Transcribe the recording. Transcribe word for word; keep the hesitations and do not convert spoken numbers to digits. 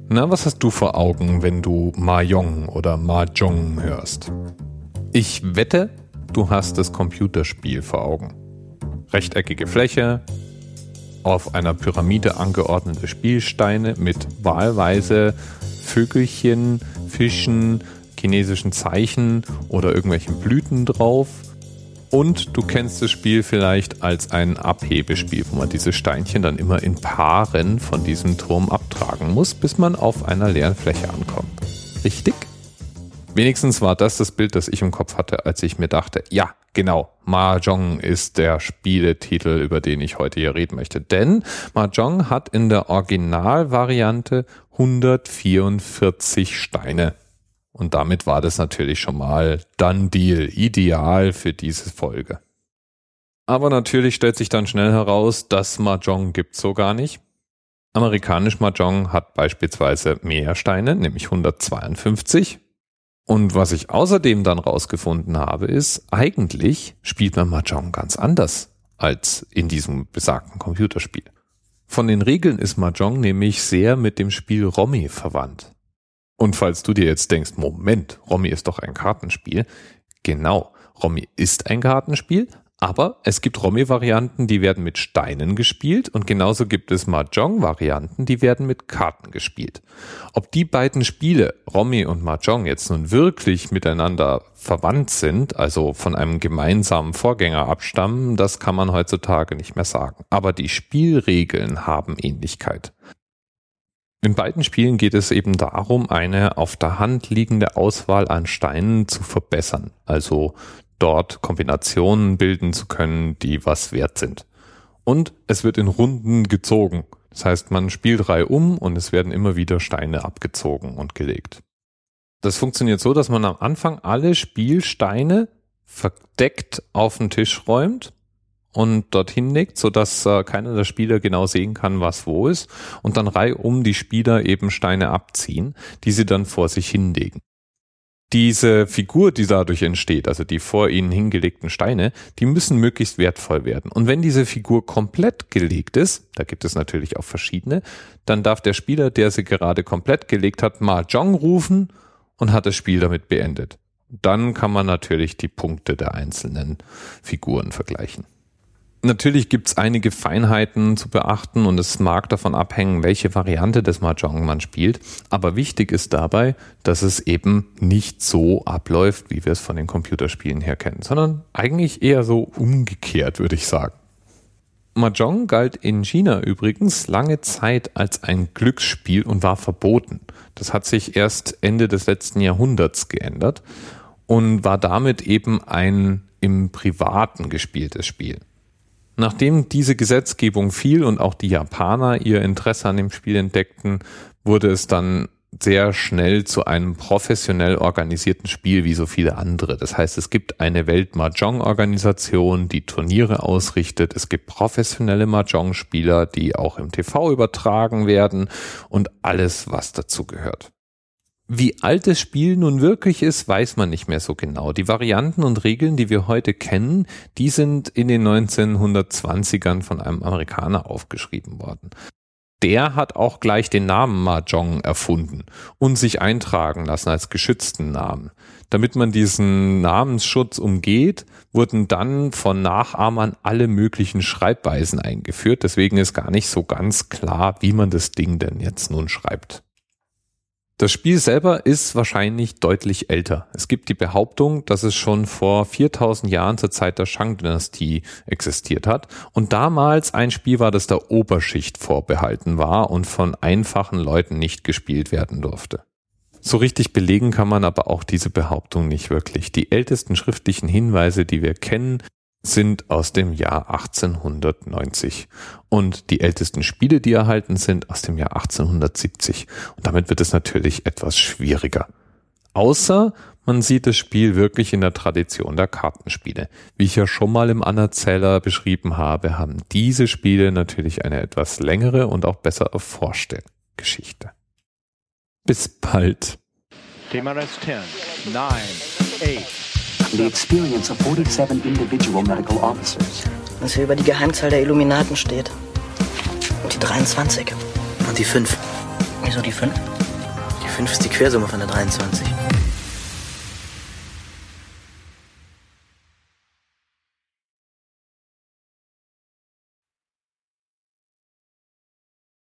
Na, was hast du vor Augen, wenn du Mahjong oder Mahjong hörst? Ich wette, du hast das Computerspiel vor Augen. Rechteckige Fläche, auf einer Pyramide angeordnete Spielsteine mit wahlweise Vögelchen, Fischen, chinesischen Zeichen oder irgendwelchen Blüten drauf. Und du kennst das Spiel vielleicht als ein Abhebespiel, wo man diese Steinchen dann immer in Paaren von diesem Turm abtragen muss, bis man auf einer leeren Fläche ankommt. Richtig? Wenigstens war das das Bild, das ich im Kopf hatte, als ich mir dachte, ja, genau, Mahjong ist der Spieletitel, über den ich heute hier reden möchte. Denn Mahjong hat in der Originalvariante hundertvierundvierzig Steine. Und damit war das natürlich schon mal Done Deal, ideal für diese Folge. Aber natürlich stellt sich dann schnell heraus, dass Mahjong gibt's so gar nicht. Amerikanisch Mahjong hat beispielsweise mehr Steine, nämlich hundertzweiundfünfzig. Und was ich außerdem dann rausgefunden habe, ist, eigentlich spielt man Mahjong ganz anders als in diesem besagten Computerspiel. Von den Regeln ist Mahjong nämlich sehr mit dem Spiel Romy verwandt. Und falls du dir jetzt denkst, Moment, Romy ist doch ein Kartenspiel. Genau, Romy ist ein Kartenspiel, aber es gibt Romy-Varianten, die werden mit Steinen gespielt und genauso gibt es Mahjong-Varianten, die werden mit Karten gespielt. Ob die beiden Spiele, Romy und Mahjong, jetzt nun wirklich miteinander verwandt sind, also von einem gemeinsamen Vorgänger abstammen, das kann man heutzutage nicht mehr sagen. Aber die Spielregeln haben Ähnlichkeit. In beiden Spielen geht es eben darum, eine auf der Hand liegende Auswahl an Steinen zu verbessern, also dort Kombinationen bilden zu können, die was wert sind. Und es wird in Runden gezogen. Das heißt, man spielt Reihe um und es werden immer wieder Steine abgezogen und gelegt. Das funktioniert so, dass man am Anfang alle Spielsteine verdeckt auf den Tisch räumt und dorthin legt, sodass äh, keiner der Spieler genau sehen kann, was wo ist, und dann reihum die Spieler eben Steine abziehen, die sie dann vor sich hinlegen. Diese Figur, die dadurch entsteht, also die vor ihnen hingelegten Steine, die müssen möglichst wertvoll werden. Und wenn diese Figur komplett gelegt ist, da gibt es natürlich auch verschiedene, dann darf der Spieler, der sie gerade komplett gelegt hat, Mahjong rufen und hat das Spiel damit beendet. Dann kann man natürlich die Punkte der einzelnen Figuren vergleichen. Natürlich gibt's einige Feinheiten zu beachten und es mag davon abhängen, welche Variante des Mahjong man spielt. Aber wichtig ist dabei, dass es eben nicht so abläuft, wie wir es von den Computerspielen her kennen, sondern eigentlich eher so umgekehrt, würde ich sagen. Mahjong galt in China übrigens lange Zeit als ein Glücksspiel und war verboten. Das hat sich erst Ende des letzten Jahrhunderts geändert und war damit eben ein im Privaten gespieltes Spiel. Nachdem diese Gesetzgebung fiel und auch die Japaner ihr Interesse an dem Spiel entdeckten, wurde es dann sehr schnell zu einem professionell organisierten Spiel wie so viele andere. Das heißt, es gibt eine Welt-Mahjong-Organisation, die Turniere ausrichtet. Es gibt professionelle Mahjong-Spieler, die auch im T V übertragen werden und alles, was dazu gehört. Wie alt das Spiel nun wirklich ist, weiß man nicht mehr so genau. Die Varianten und Regeln, die wir heute kennen, die sind in den neunzehnhundertzwanzigern von einem Amerikaner aufgeschrieben worden. Der hat auch gleich den Namen Mahjong erfunden und sich eintragen lassen als geschützten Namen. Damit man diesen Namensschutz umgeht, wurden dann von Nachahmern alle möglichen Schreibweisen eingeführt. Deswegen ist gar nicht so ganz klar, wie man das Ding denn jetzt nun schreibt. Das Spiel selber ist wahrscheinlich deutlich älter. Es gibt die Behauptung, dass es schon vor viertausend Jahren zur Zeit der Shang-Dynastie existiert hat und damals ein Spiel war, das der Oberschicht vorbehalten war und von einfachen Leuten nicht gespielt werden durfte. So richtig belegen kann man aber auch diese Behauptung nicht wirklich. Die ältesten schriftlichen Hinweise, die wir kennen, sind aus dem Jahr achtzehnhundertneunzig und die ältesten Spiele, die erhalten sind, aus dem Jahr achtzehnhundertsiebzig. Und damit wird es natürlich etwas schwieriger. Außer man sieht das Spiel wirklich in der Tradition der Kartenspiele. Wie ich ja schon mal im Anerzähler beschrieben habe, haben diese Spiele natürlich eine etwas längere und auch besser erforschte Geschichte. Bis bald. T-Minus ten, nine, eight. The experience of forty-seven individual medical officers. Was hier über die Geheimzahl der Illuminaten steht. Und die dreiundzwanzig. Und die fünf. Wieso die fünf? fünf ist die Quersumme von der dreiundzwanzig.